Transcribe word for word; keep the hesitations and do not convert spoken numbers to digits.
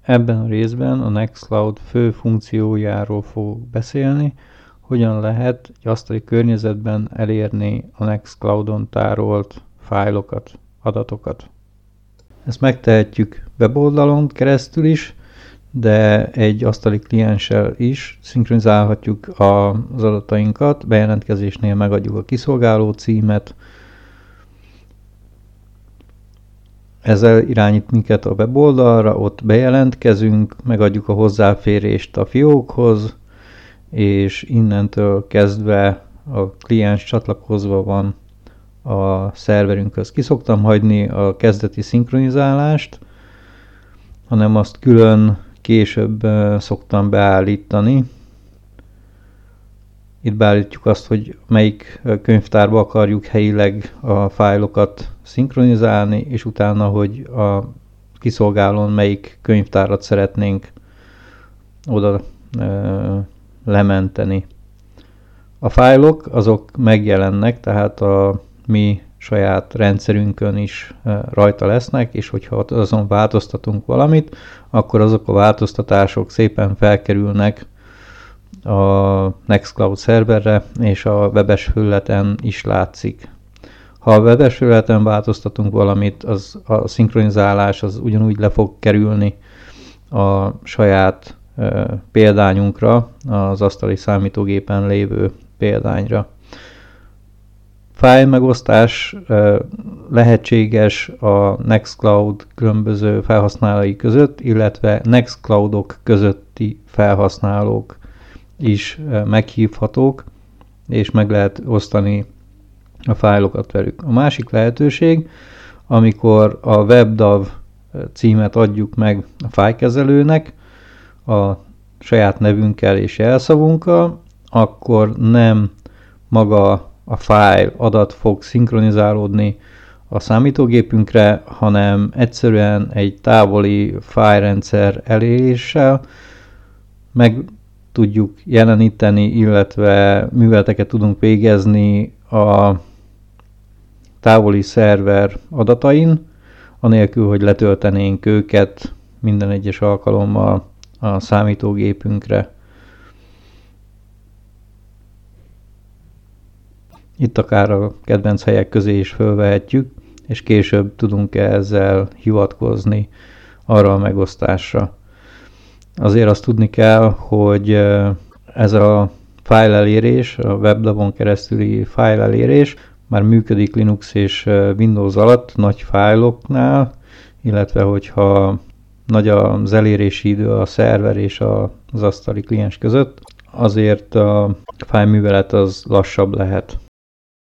Ebben a részben a Nextcloud fő funkciójáról fogok beszélni, hogyan lehet egy asztali környezetben elérni a Nextcloudon tárolt fájlokat, adatokat. Ezt megtehetjük weboldalon keresztül is, de egy asztali klienssel is szinkronizálhatjuk az adatainkat, bejelentkezésnél megadjuk a kiszolgáló címet, ezzel irányít minket a weboldalra, ott bejelentkezünk, megadjuk a hozzáférést a fiókhoz, és innentől kezdve a kliens csatlakozva van a szerverünkhöz. Ki szoktam hagyni a kezdeti szinkronizálást, hanem azt külön később szoktam beállítani. Itt beállítjuk azt, hogy melyik könyvtárba akarjuk helyileg a fájlokat szinkronizálni, és utána, hogy a kiszolgálón melyik könyvtárat szeretnénk oda e, lementeni. A fájlok azok megjelennek, tehát a mi saját rendszerünkön is e, rajta lesznek, és hogyha azon változtatunk valamit, akkor azok a változtatások szépen felkerülnek a Nextcloud szerverre, és a webes felületen is látszik. Ha a webes felületen változtatunk valamit, az a szinkronizálás az ugyanúgy le fog kerülni a saját e, példányunkra, az asztali számítógépen lévő példányra. Fájl megosztás e, lehetséges a Nextcloud különböző felhasználói között, illetve Nextcloudok közötti felhasználók is meghívhatók, és meg lehet osztani a fájlokat velük. A másik lehetőség, amikor a webdav címet adjuk meg a fájlkezelőnek a saját nevünkkel és jelszavunkkal, akkor nem maga a fájl adat fog szinkronizálódni a számítógépünkre, hanem egyszerűen egy távoli fájlrendszer eléréssel meg tudjuk jeleníteni, illetve műveleteket tudunk végezni a távoli szerver adatain, anélkül, hogy letöltenénk őket minden egyes alkalommal a számítógépünkre. Itt akár a kedvenc helyek közé is fölvehetjük, és később tudunk ezzel hivatkozni arra a megosztásra. Azért azt tudni kell, hogy ez a fájlelérés, a webdavon keresztüli fájlelérés már működik Linux és Windows alatt nagy fájloknál, illetve hogyha nagy az elérési idő a szerver és az asztali kliens között, azért a fájlművelet az lassabb lehet.